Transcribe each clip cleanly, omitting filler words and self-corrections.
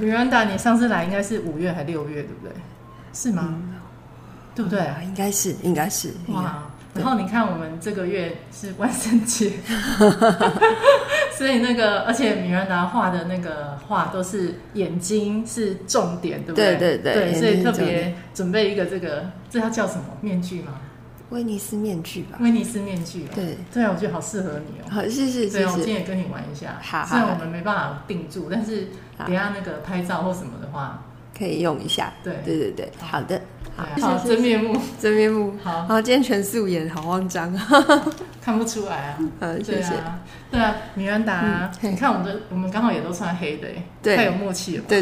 米兰达，你上次来应该是5月还6月，对不对？是吗？对不对？ 应该是。 哇！然后你看，我们这个月是万圣节，所以而且米兰达画的那个画都是眼睛是重点，对不对？对，所以特别准备一个这要叫什么面具吗？ 威尼斯面具吧。 威尼斯面具哦。对啊，我觉得好适合你哦。 好，是。 对，我今天也跟你玩一下。 好。 虽然我们没办法定住，但是等一下拍照或什么的话， 可以用一下。对。好的。 好，真面目。 好，今天全素颜，好慌张啊， 看不出来啊。 谢谢。 对啊，米兰达，你看我们刚好也都穿黑的，太有默契了。 对。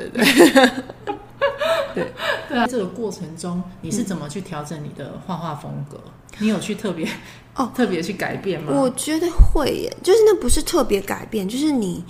对啊，这个过程中你是怎么去调整你的画画风格？你有去特别去改变吗？ 我觉得会耶，就是那不是特别改变，就是你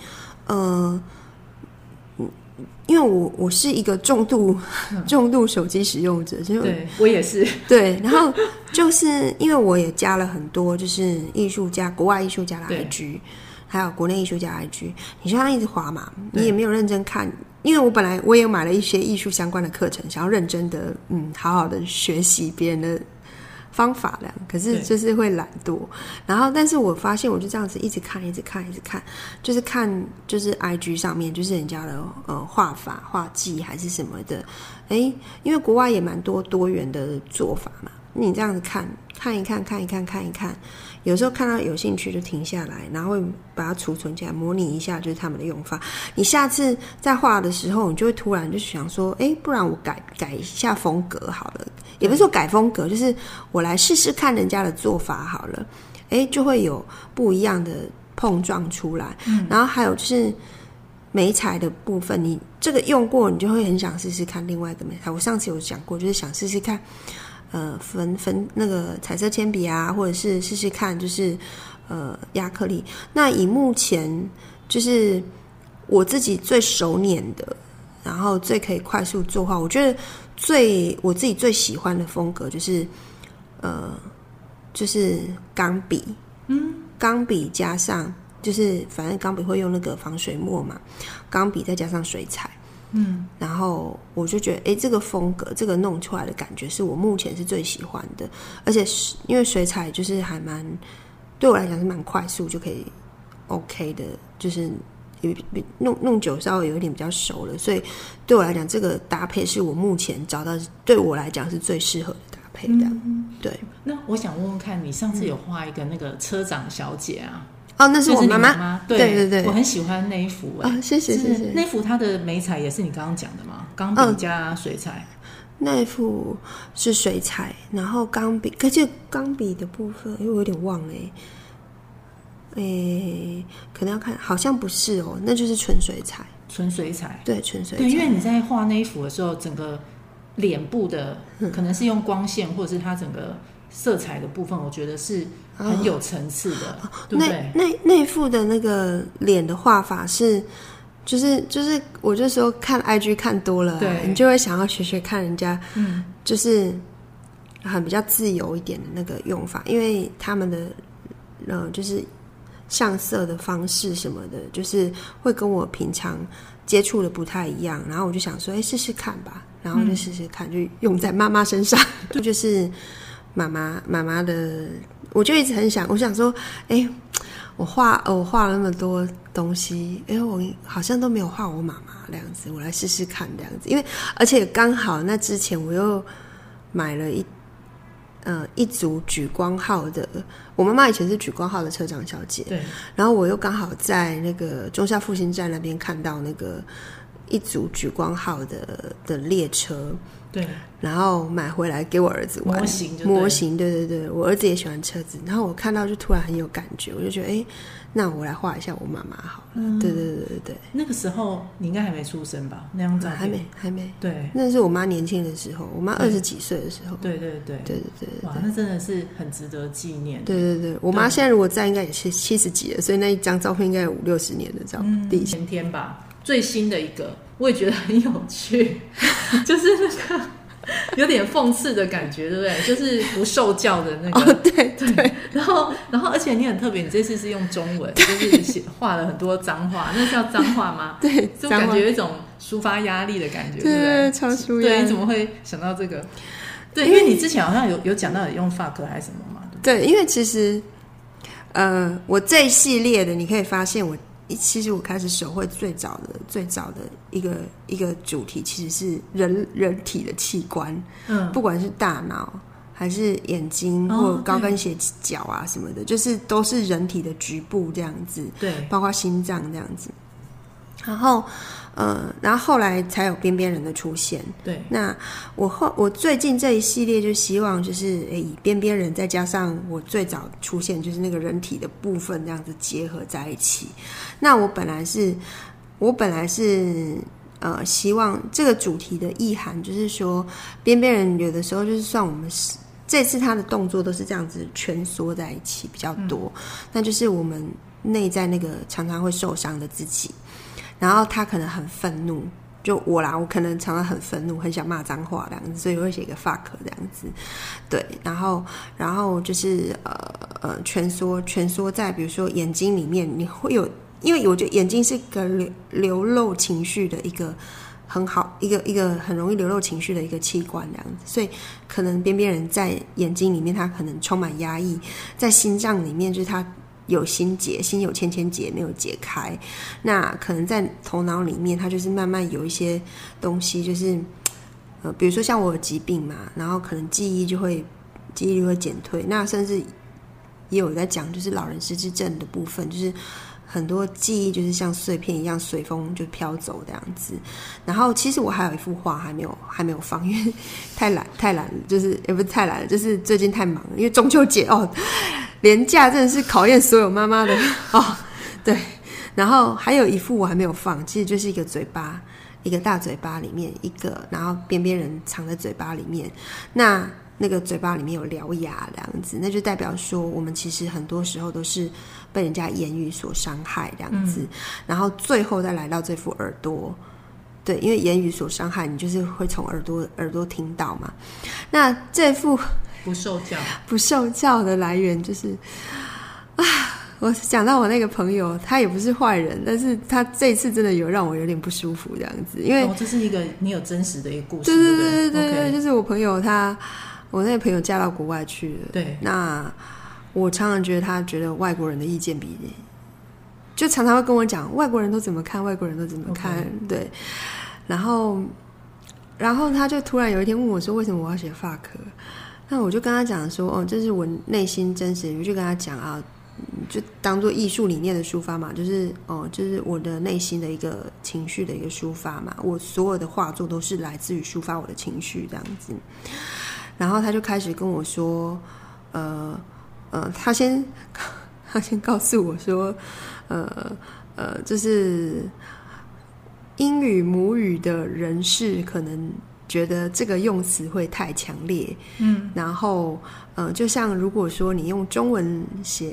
因为我是一个重度手机使用者， 对，我也是。 对，然后就是因为我也加了很多就是艺术家、国外艺术家的 IG， 还有国内艺术家的 IG， 你就这样一直滑嘛，你也没有认真看。因为我也买了一些艺术相关的课程，想要认真的好好的学习别人的方法的，可是就是会懒惰。然后但是我发现我就这样子一直看，就是看就是 IG 上面就是人家的画法、画技还是什么的，因为国外也蛮多元的做法嘛，你这样子看一看，有时候看到有兴趣就停下来，然后会把它储存起来，模拟一下就是他们的用法。你下次在画的时候，你就会突然就想说，不然我改一下风格好了，也不是说改风格，就是我来试试看人家的做法好了，就会有不一样的碰撞出来。然后还有就是媒材的部分，你这个用过，你就会很想试试看另外一个媒材。我上次有讲过，就是想试试看。粉那个彩色铅笔啊，或者是试试看，就是亚克力。那以目前就是我自己最熟稔的，然后最可以快速作画，我觉得我自己最喜欢的风格就是钢笔，钢笔加上就是反正钢笔会用那个防水墨嘛，钢笔再加上水彩。然后我就觉得这个风格这个弄出来的感觉是我目前是最喜欢的，而且因为水彩就是还蛮对我来讲是蛮快速就可以 OK 的，就是弄久稍微有一点比较熟了，所以对我来讲这个搭配是我目前找到对我来讲是最适合的搭配的。对。 那我想问问看，你上次有画一个那个车长小姐啊， 那是我妈妈。对， 我很喜欢那一幅。 谢谢。 那幅它的媒材也是你刚刚讲的吗？钢笔加水彩。 那一幅是水彩，然后钢笔，可是钢笔的部分，因为我有点忘了可能要看，好像不是那就是纯水彩。对，纯水彩。 对，因为你在画那一幅的时候，整个脸部的可能是用光线，或者是它整个色彩的部分，我觉得是很有层次的，对不对？ 那幅的那个脸的画法是，就是我就说看 IG 看多了，你就会想要学看人家，就是很比较自由一点的那个用法，因为他们的就是上色的方式什么的，就是会跟我平常接触的不太一样，然后我就想说，试试看吧，然后就试试看，就用在妈妈身上，就是妈妈的，我就一直很想，我想说，我画了那么多东西，我好像都没有画我妈妈这样子，我来试试看这样子，因为而且刚好那之前我又买了一组莒光号的，我妈妈以前是莒光号的车长小姐， 对， 然后我又刚好在那个中校复兴站那边看到那个一组莒光号的列车， 对， 然后买回来给我儿子玩模型，对，我儿子也喜欢车子，然后我看到就突然很有感觉，我就觉得那我来画一下我妈妈好了，对。那个时候你应该还没出生吧？那张照片还没， 对， 那是我妈年轻的时候，我妈20几岁的时候，对， 哇，那真的是很值得纪念。 对，我妈现在如果在，应该也是70几了，所以那一张照片应该有50-60年的照片。 前天吧，最新的一个，我也觉得很有趣，就是那个有点讽刺的感觉，对不对？就是不受教的那个， 对。 然后然后而且你很特别，你这次是用中文，就是画了很多脏话，那叫脏话吗？ 对， 就感觉有一种抒发压力的感觉， 对不对？ 超舒压。 对，你怎么会想到这个？对，因为你之前好像有讲到有用 fuck 还是什么嘛？ 对，因为其实我这一系列的，你可以发现其实我开始手绘最早的一个主题，其实是人体的器官，不管是大脑还是眼睛或高跟鞋脚啊什么的，就是都是人体的局部这样子， 对， 包括心脏这样子。然后后来才有边边人的出现。对，那我最近这一系列就希望就是以边边人再加上我最早出现就是那个人体的部分这样子结合在一起。那我本来是希望这个主题的意涵就是说，边边人有的时候就是算我们这次他的动作都是这样子蜷缩在一起比较多，那就是我们内在那个常常会受伤的自己。然后他可能很愤怒，就我啦，我可能常常很愤怒，很想骂脏话这样子，所以我会写一个 fuck 这样子，对，然后就是蜷缩在比如说眼睛里面，你会有，因为我觉得眼睛是个流露情绪的一个很好一个很容易流露情绪的一个器官这样子，所以可能边边人在眼睛里面他可能充满压抑，在心脏里面就是他有心结，心有千千结没有解开，那可能在头脑里面它就是慢慢有一些东西，就是比如说像我有疾病嘛，然后可能记忆力就会减退，那甚至也有在讲就是老人失智症的部分，就是很多记忆就是像碎片一样随风就飘走这样子。然后其实我还有一幅画还没有放，因为太懒了，就是也不是太懒了，就是最近太忙了，因为中秋节连假真的是考验所有妈妈的对。然后还有一幅我还没有放，其实就是一个嘴巴，一个大嘴巴里面一个，然后边边人藏在嘴巴里面，那个嘴巴里面有獠牙这样子，那就代表说我们其实很多时候都是被人家言语所伤害这样子，然后最后再来到这副耳朵，对，因为言语所伤害，你就是会从耳朵听到嘛。那这副不受教的来源就是我讲到我那个朋友，他也不是坏人，但是他这一次真的有让我有点不舒服这样子，因为这是一个你有真实的一个故事， 对，就是我朋友我那个朋友嫁到国外去了，对，那我常常觉得外国人的意见就常常会跟我讲外国人都怎么看，对，然后他就突然有一天问我说为什么我要写 fuck， 那我就跟他讲说这是我内心真实的，我就跟他讲就当做艺术理念的抒发嘛，就是我的内心的一个情绪的一个抒发嘛，我所有的画作都是来自于抒发我的情绪这样子。然后他就开始跟我说他先告诉我说就是英语母语的人士可能觉得这个用词会太强烈，然后就像如果说你用中文写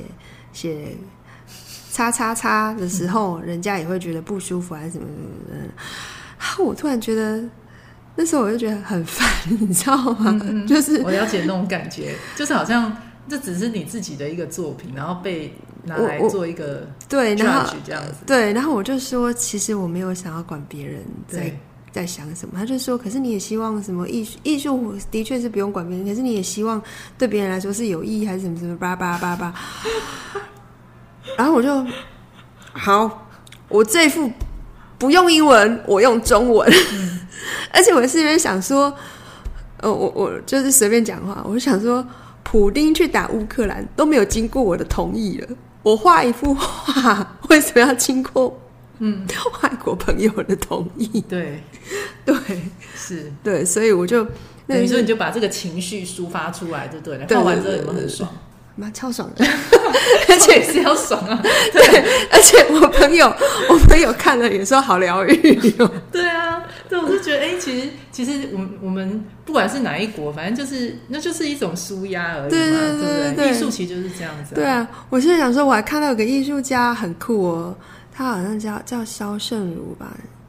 叉叉叉的时候，人家也会觉得不舒服还是什么的。我突然觉得那时候我就觉得很烦，你知道吗？就是我了解那种感觉，就是好像这只是你自己的一个作品，然后被拿来做一个 judge 这样子。 对，然后我就说，其实我没有想要管别人在想什么。他就说，可是你也希望什么艺术的确是不用管别人，可是你也希望对别人来说是有意义还是什么什么叭叭叭叭。然后我就好，我这一副不用英文，我用中文。而且我是因为想说我就是随便讲话，我就想说普丁去打乌克兰都没有经过我的同意了，我画一幅画为什么要经过外国朋友的同意？ 对是， 对，所以我就等于说你就把这个情绪抒发出来就对了。画完之后有没有很爽？ 超爽的而且也是要爽啊。 对，而且我朋友看了也说好疗愈对啊，对，我就觉得其实我们不管是哪一国，反正那就是一种抒压而已嘛，对不对？艺术其实就是这样子。 对啊，我现在想说，我还看到有个艺术家很酷他好像叫萧胜儒吧，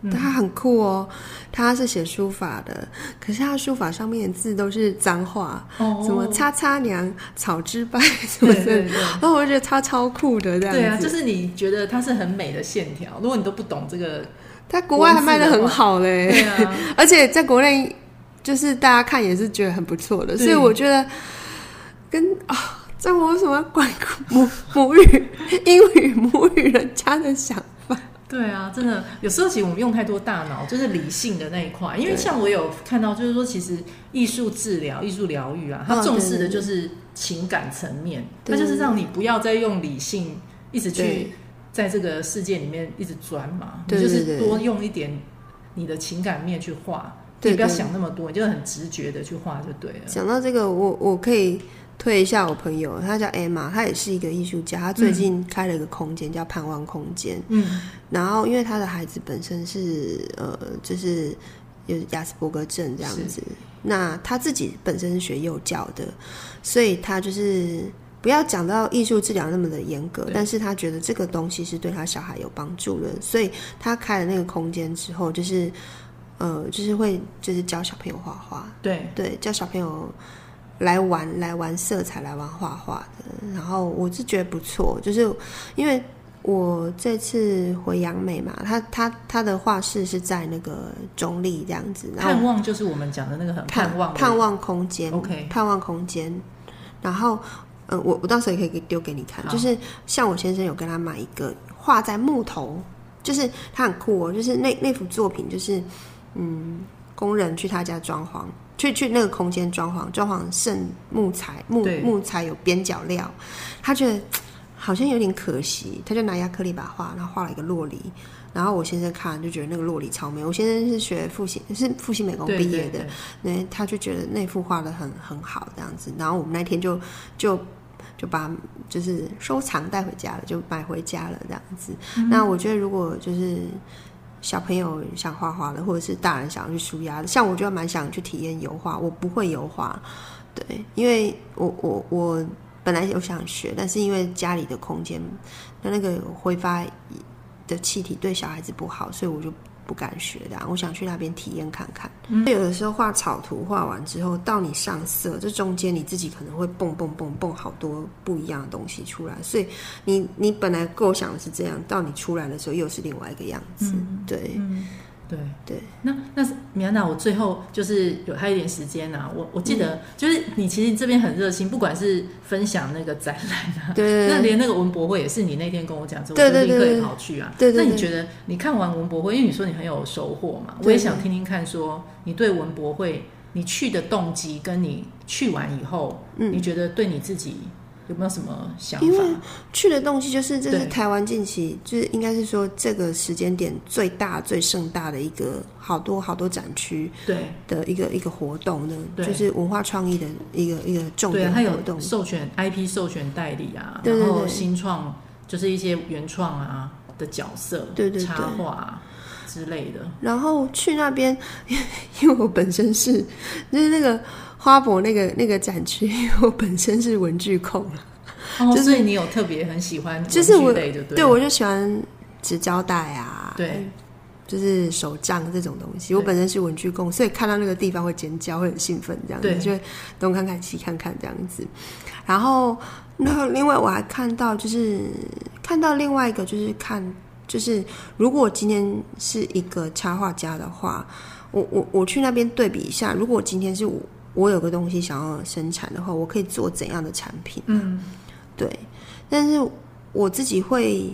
但他很酷哦，他是写书法的，可是他的书法上面的字都是脏话，什么擦擦娘、草之败什么的，对，然后我就觉得他超酷的这样子。 对啊，就是你觉得它是很美的线条，如果你都不懂这个， 他国外还卖得很好嘞， 对啊， 而且在国内就是大家看也是觉得很不错的，所以我觉得跟这我为什么要管母语英语母语人家的想法？ 对啊，真的有时候其实我们用太多大脑，就是理性的那一块。因为像我有看到，就是说其实艺术治疗、艺术疗愈啊，它重视的就是情感层面，它就是让你不要再用理性一直去在这个世界里面一直钻嘛，你就是多用一点你的情感面去画，你不要想那么多，你就很直觉的去画就对了。 讲到这个，我可以推一下我朋友，他叫 Emma， 他也是一个艺术家，他最近开了一个空间叫盼望空间。然后因为他的孩子本身是就是有亚斯伯格症这样子，那他自己本身是学幼教的，所以他就是不要讲到艺术治疗那么的严格，但是他觉得这个东西是对他小孩有帮助的，所以他开了那个空间之后，就是会就是教小朋友画画，对，教小朋友来玩色彩，来玩画画的。然后我是觉得不错，就是因为我这次回杨美嘛，他的画室是在那个中立这样子，然后盼望就是我们讲的那个很盼望空间 ，OK， 盼望空间。然后我到时候也可以丢给你看，就是像我先生有跟他买一个画在木头，就是他很酷哦，就是那幅作品就是工人去他家装潢。去那个空间装潢剩木材有边角料，他觉得好像有点可惜，他就拿亚克力把它画，然后画了一个洛梨。然后我先生看就觉得那个洛梨超美，我先生是学复兴美工毕业的，对，他就觉得那幅画的很好这样子。然后我们那天就把就是收藏带回家了，就买回家了这样子。那我觉得如果就是小朋友想画画的，或者是大人想要去舒压的，像我就蛮想去体验油画，我不会油画，对，因为我本来有想学，但是因为家里的空间那个挥发的气体对小孩子不好，所以我就不敢学的，我想去那边体验看看。有的时候画草图画完之后，到你上色，这中间你自己可能会蹦好多不一样的东西出来，所以你本来构想的是这样，到你出来的时候又是另外一个样子，对。 那米安娜，我最后就是还有一点时间啊，我记得就是你其实这边很热心，不管是分享那个展览啊，对，那连那个文博会也是你那天跟我讲之后，我就立刻也跑去啊。对。那你觉得你看完文博会，因为你说你很有收获嘛，我也想听听看，说你对文博会你去的动机，跟你去完以后，你觉得对你自己有没有什么想法？ 因为去的东西就是这是台湾近期就是应该是说这个时间点最大最盛大的一个好多展区的一个活动呢，就是文化创意的一个重点活动。 对，它有授权 IP 授权代理啊，然后新创就是一些原创啊的角色，插画啊之类的。然后去那边，因为我本身是就是那个花博那个展区，因为我本身是文具控所以你有特别很喜欢文具类的，对， 我就喜欢纸胶带啊，对，就是手账这种东西。我本身是文具控，所以看到那个地方会尖叫，会很兴奋，这样子就会东看看西看看这样子。然后另外我还看到另外一个就是如果我今天是一个插画家的话，我去那边对比一下，如果我今天是我有个东西想要生产的话，我可以做怎样的产品？对。但是我自己会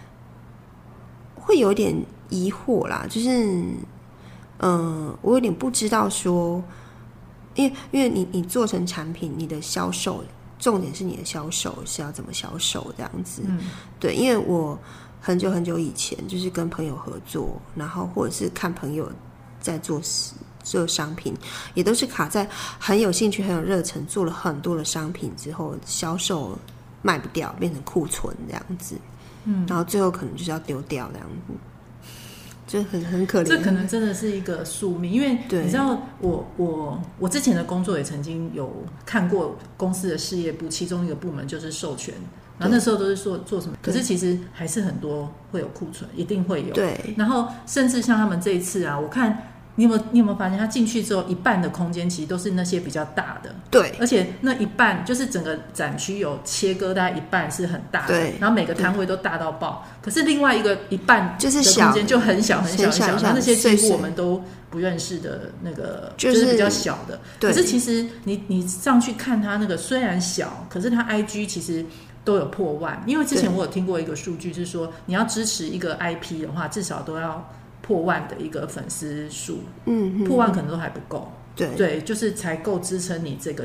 有点疑惑啦，就是我有点不知道说，因为你做成产品，你的销售重点是你的销售是要怎么销售这样子。对，因为我很久以前就是跟朋友合作，然后或者是看朋友在做商品，也都是卡在很有兴趣很有热忱，做了很多的商品之后，销售卖不掉，变成库存这样子，然后最后可能就是要丢掉这样子，就很可怜。 这可能真的是一个宿命，因为你知道我之前的工作也曾经有看过公司的事业部，其中一个部门就是授权然后那时候都是做什么，可是其实还是很多会有库存，一定会有。 对， 然后甚至像他们这一次啊，我看你有没有发现，他进去之后一半的空间其实都是那些比较大的， 对， 而且那一半就是整个展区有切割，大概一半是很大的， 对， 然后每个摊位都大到爆。可是另外一半就是的空间就很小很小很小，然后那些几乎我们都不认识的那个，就是比较小的。可是其实你上去看它那个虽然小，可是它 IG 其实都有破万，因为之前我有听过一个数据，是说你要支持一个 IP 的话，至少都要破万的一个粉丝数，破万可能都还不够。对，就是才够支撑你这个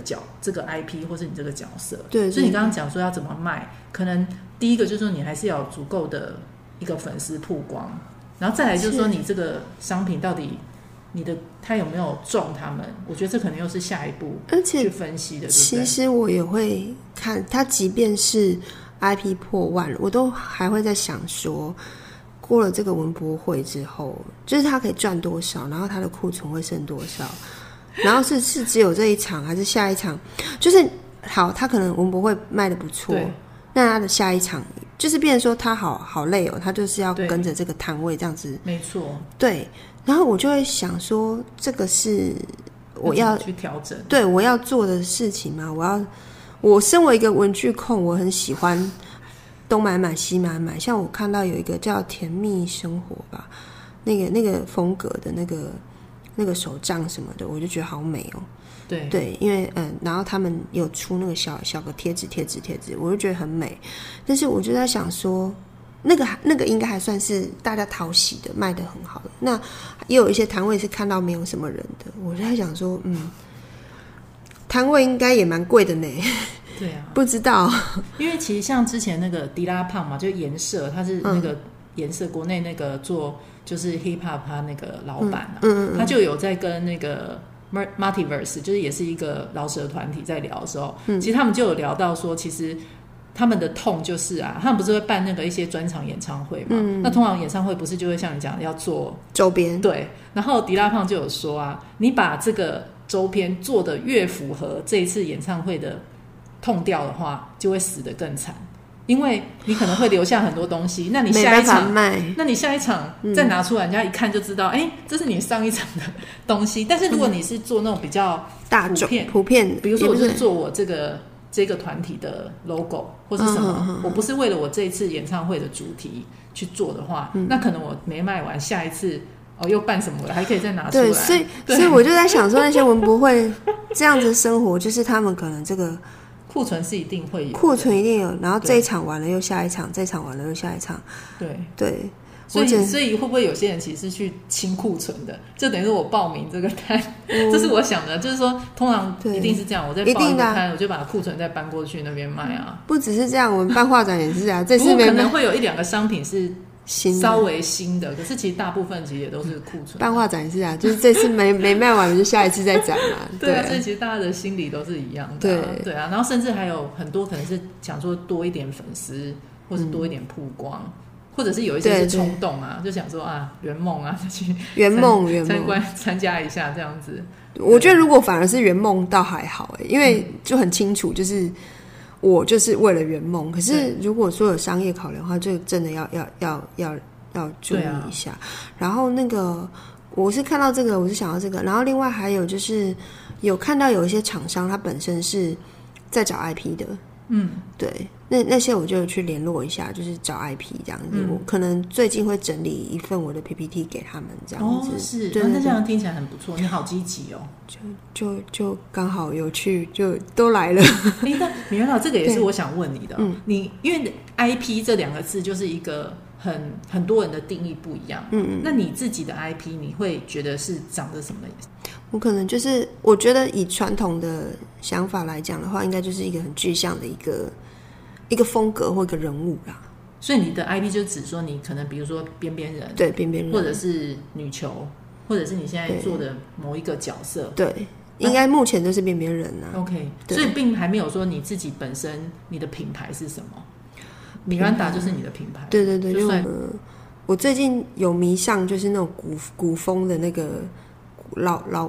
IP 或是你这个角色。 对， 所以你刚刚讲说要怎么卖，可能第一个就是说你还是要有足够的一个粉丝曝光，然后再来就是说你这个商品到底它有没有中他们，我觉得这可能又是下一步去分析的。 其实我也会看它，即便是 IP 破万，我都还会在想说，过了这个文博会之后，就是它可以赚多少，然后它的库存会剩多少，然后是只有这一场还是下一场？就是好，它可能文博会卖的不错，那它的下一场就是变成说它好累哦，它就是要跟着这个摊位这样子， 没错， 对。然后我就会想说，这个是我要去调整， 对我要做的事情吗？我身为一个文具控，我很喜欢东买买西买买。像我看到有一个叫甜蜜生活吧，那个风格的那个手账什么的，我就觉得好美哦。对，因为然后他们有出那个小个贴纸，我就觉得很美。但是我就在想说，那个应该还算是大家讨喜的，卖得很好的。那也有一些摊位是看到没有什么人的，我就在想说，摊位应该也蛮贵的呢。 对啊， 不知道， 因为其实像之前那个迪拉胖嘛，就颜色，他是那个颜色国内那个做就是 hip hop 他那个老板啊，他就有在跟那个Multiverse 就是也是一个饶舌团体在聊的时候，其实他们就有聊到说，其实他们的痛就是啊，他们不是会办那个一些专场演唱会嘛，那通常演唱会不是就会像你讲要做周边， 对，然后迪拉胖就有说啊，你把这个周边做的越符合这一次演唱会的痛调的话，就会死得更惨，因为你可能会留下很多东西，那你下一场再拿出来，人家一看就知道，这是你上一场的东西。但是如果你是做那种比较大普遍， 比如说我是做我这个团体的 logo 或是什么，我不是为了我这一次演唱会的主题去做的话，那可能我没卖完，下一次又办什么了，还可以再拿出来。 对，所以我就在想说，那些文博会这样子生活，就是他们可能这个库存是一定会有， 库存一定有，然后这一场完了又下一场，这一场完了又下一场，对。 所以会不会有些人其实是去清库存的？就等于是我报名这个摊，这是我想的，就是说通常一定是这样，我再报一个摊，我就把库存再搬过去那边卖啊。 不只是这样，我们办画展也是啊，这次可能会有1-2个商品是稍微新的，可是其实大部分其实也都是库存。 办画展也是啊，就是这次没卖完了就下一次再展嘛。 对啊，所以其实大家的心理都是一样的。对啊，然后甚至还有很多可能是想说多一点粉丝，或是多一点曝光。或者是有一些是冲动啊，就想说啊，圆梦啊，就去圆梦参加一下这样子。 我觉得如果反而是圆梦倒还好因为就很清楚，就是我就是为了圆梦。可是如果说有商业考量的话，就真的要注意一下。然后那个我是看到这个，我是想到这个，然后另外还有就是有看到有一些厂商他本身是在找 IP 的。对，那些我就去联络一下，就是找 IP 这样子。我可能最近会整理一份我的 PPT 给他们这样子。 是，那这样听起来很不错，你好积极哦。 就刚好有去，就都来了。 那米原老，这个也是我想问你的。你因为 IP 这2个字就是一个很多人的定义不一样。那你自己的 IP 你会觉得是长得什么样？ 我可能就是我觉得以传统的想法来讲的话，应该就是一个很具象的一个风格或一个人物啦。 所以你的 IP 就指说你可能比如说边边人， 对，边边人， 或者是女球，或者是你现在做的某一个角色， 对，应该目前都是边边人啊。 OK， 所以并还没有说你自自己本身你的品牌是什么。米兰达就是你的品牌。 对，就我最近有迷上就是那种古风的那个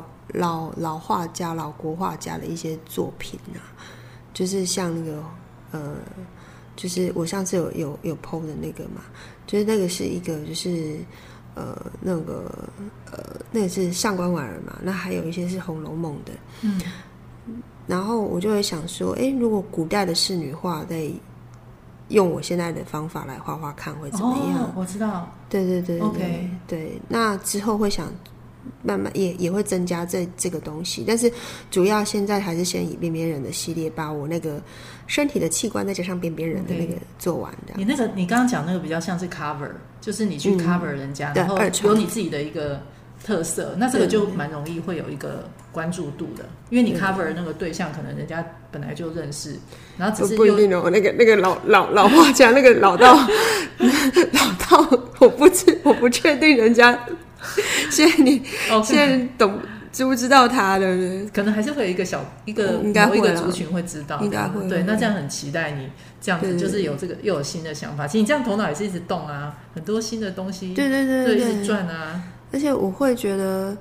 老画家、老国画家的一些作品啊，就是像那个就是我上次有 PO 的那个嘛，就是那个是一个就是那个是上官婉儿嘛，那还有一些是《红楼梦》的，然后我就会想说，如果古代的仕女画在用我现在的方法来画画看会怎么样？ 我知道， 对 OK 对，那之后会想慢慢也会增加这个东西，但是主要现在还是先以边边人的系列，把我那个身体的器官再加上边边人的那个做完的。 你刚刚讲那个比较像是 cover， 就是你去 cover 人家，然后有你自己的一个特色，那这个就蛮容易会有一个关注度的，因为你 cover 那个对象可能人家本来就认识，然后只是不一定哦，那个老画家那个老到我不确定人家现在知不知道他的， 可能还是会有一个某一个族群会知道， 应该会。 对，那这样很期待你这样子，就是有这个又有新的想法。其实你这样头脑也是一直动啊，很多新的东西，对，一直转啊。 而且我会觉得，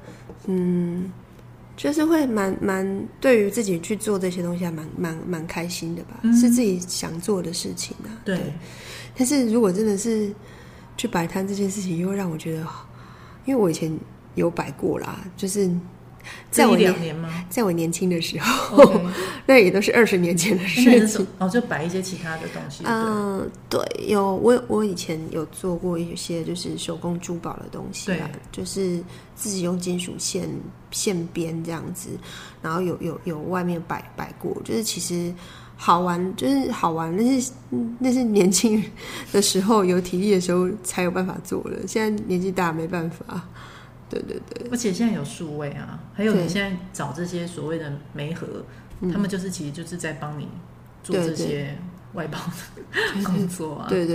就是会蛮对于自己去做这些东西还蛮开心的吧，是自己想做的事情啊。对，但是如果真的是去摆摊这件事情，又让我觉得，因为我以前有摆过啦，就是在我 1-2年吗？ 在我年轻的时候，那也都是20年前的事情。 就摆一些其他的东西。 对，有我以前有做过一些就是手工珠宝的东西啦，就是自己用金属线编这样子，然后有外面摆过，就是其实好玩，就是好玩，那是年轻的时候有体力的时候才有办法做的，现在年纪大没办法。对， 而且现在有数位啊，还有你现在找这些所谓的媒合，他们其实就是在帮你做这些外包的工作啊。对，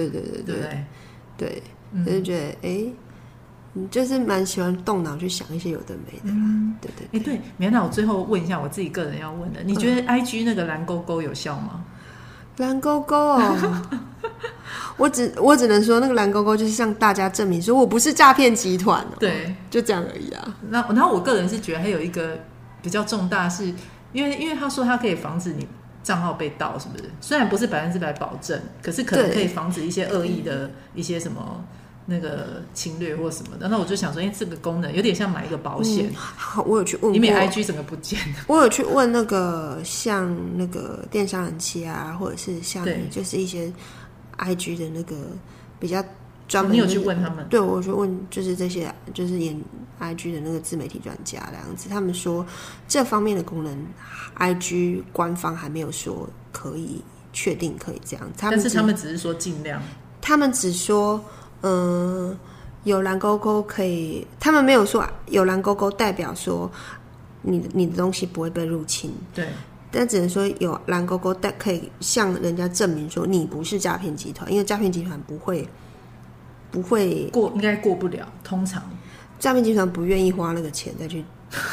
我就觉得你就是蛮喜欢动脑去想一些有的没的啦。 对，明娜，我最后问一下我自己个人要问的，你觉得 IG 那个蓝勾勾有效吗？ 蓝勾勾哦。我只能说，那个蓝勾勾就是向大家证明说我不是诈骗集团对， 就这样而已啊。 然后我个人是觉得还有一个比较重大是，因为他说他可以防止你账号被盗，是不是？虽然不是100%保证，可是可能可以防止一些恶意的一些什么那个侵略或什么的。那我就想说，这个功能有点像买一个保险。 好，我有去问过， 以免 IG 整个不见了。 我有去问那个像那个电商人气啊，或者是像就是一些IG 的那个比较专门， 你有去问他们？ 对，我去问，就是这些就是演 IG 的那个自媒体专家这样子，他们说这方面的功能 IG 官方还没有说可以确定可以这样， 但是他们只是说尽量， 他们只说有蓝勾勾可以，他们没有说有蓝勾勾代表说你的东西不会被入侵， 对。 但只能说有蓝勾勾，但可以向人家证明说你不是诈骗集团，因为诈骗集团不会过，应该过不了。通常诈骗集团不愿意花那个钱再去，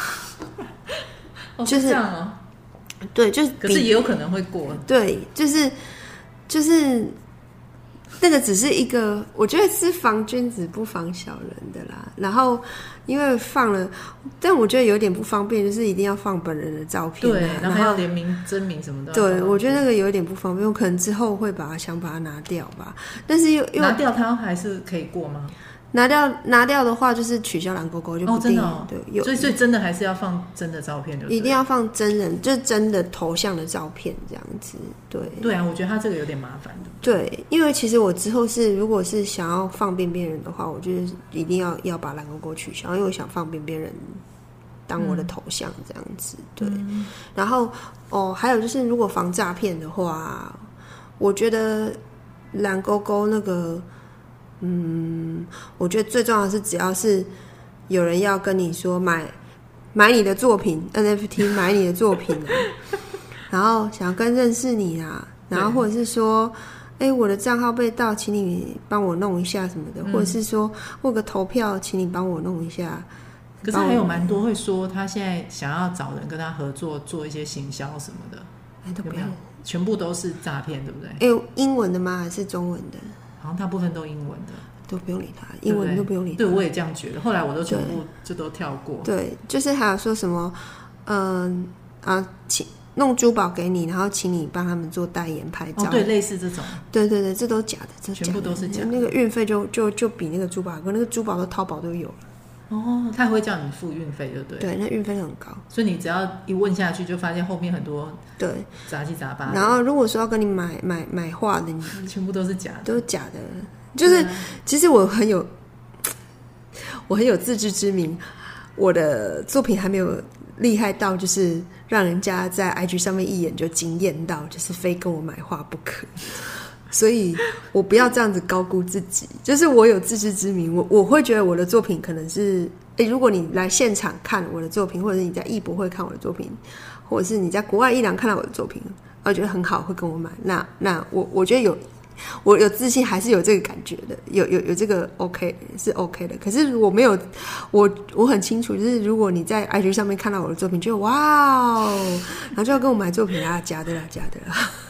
就是这样哦。 对，就是可是也有可能会过。 对，就是那个只是一个，我觉得是防君子不防小人的啦。然后因为放了，但我觉得有点不方便，就是一定要放本人的照片， 对，然后还要连名真名什么的。 对，我觉得那个有点不方便，我可能之后会想把它拿掉吧。但是又拿掉它还是可以过吗？ 拿掉的话，就是取消蓝勾勾就不定。 真的哦。对，所以真的还是要放真的照片， 一定要放真人，就是真的头像的照片这样子。 对啊，我觉得他这个有点麻烦的。 对，因为其实我之后如果是想要放边边人的话，我觉得一定要把蓝勾勾取消，因为我想放边边人当我的头像这样子。对，然后还有就是如果防诈骗的话，我觉得蓝勾勾那个。我觉得最重要的是，只要是有人要跟你说买你的作品 NFT， 买你的作品然后想要认识你啊，然后或者是说，我的账号被盗，请你帮我弄一下什么的，或者是说我有个投票，请你帮我弄一下。 可是还有蛮多会说，他现在想要找人跟他合作，做一些行销什么的， 都不要， 全部都是诈骗，对不对？ 英文的吗？还是中文的？ 好像大部分都英文的， 都不用理他，英文都不用理他。 对，我也这样觉得。后来我都全部就都跳过。 对，就是还有说什么， 弄珠宝给你，然后请你帮他们做代言拍照。 对，类似这种。 对对对，这都假的，这全部都是假的。 那个运费就比那个珠宝，那个珠宝都淘宝都有了。 他会叫你付运费，对不对？ 对，那运费很高， 所以你只要一问下去，就发现后面很多对杂七杂八。 然后如果说要跟你买画的，你全部都是假的， 都是假的。就是其实我很有自知之明，我的作品还没有厉害到就是让人家在 IG 上面一眼就惊艳到，就是非跟我买画不可。所以我不要这样子高估自己，就是我有自知之明，我会觉得我的作品可能是，如果你来现场看我的作品，或者是你在艺博会看我的作品，或者是你在国外艺廊看到我的作品，觉得很好，会跟我买，那我觉得我有自信，还是有这个感觉的，有这个 OK 是 OK 的。可是我没有，我很清楚，就是如果你在 IG 上面看到我的作品，就哇哦，然后就要跟我买作品啦，假的啦。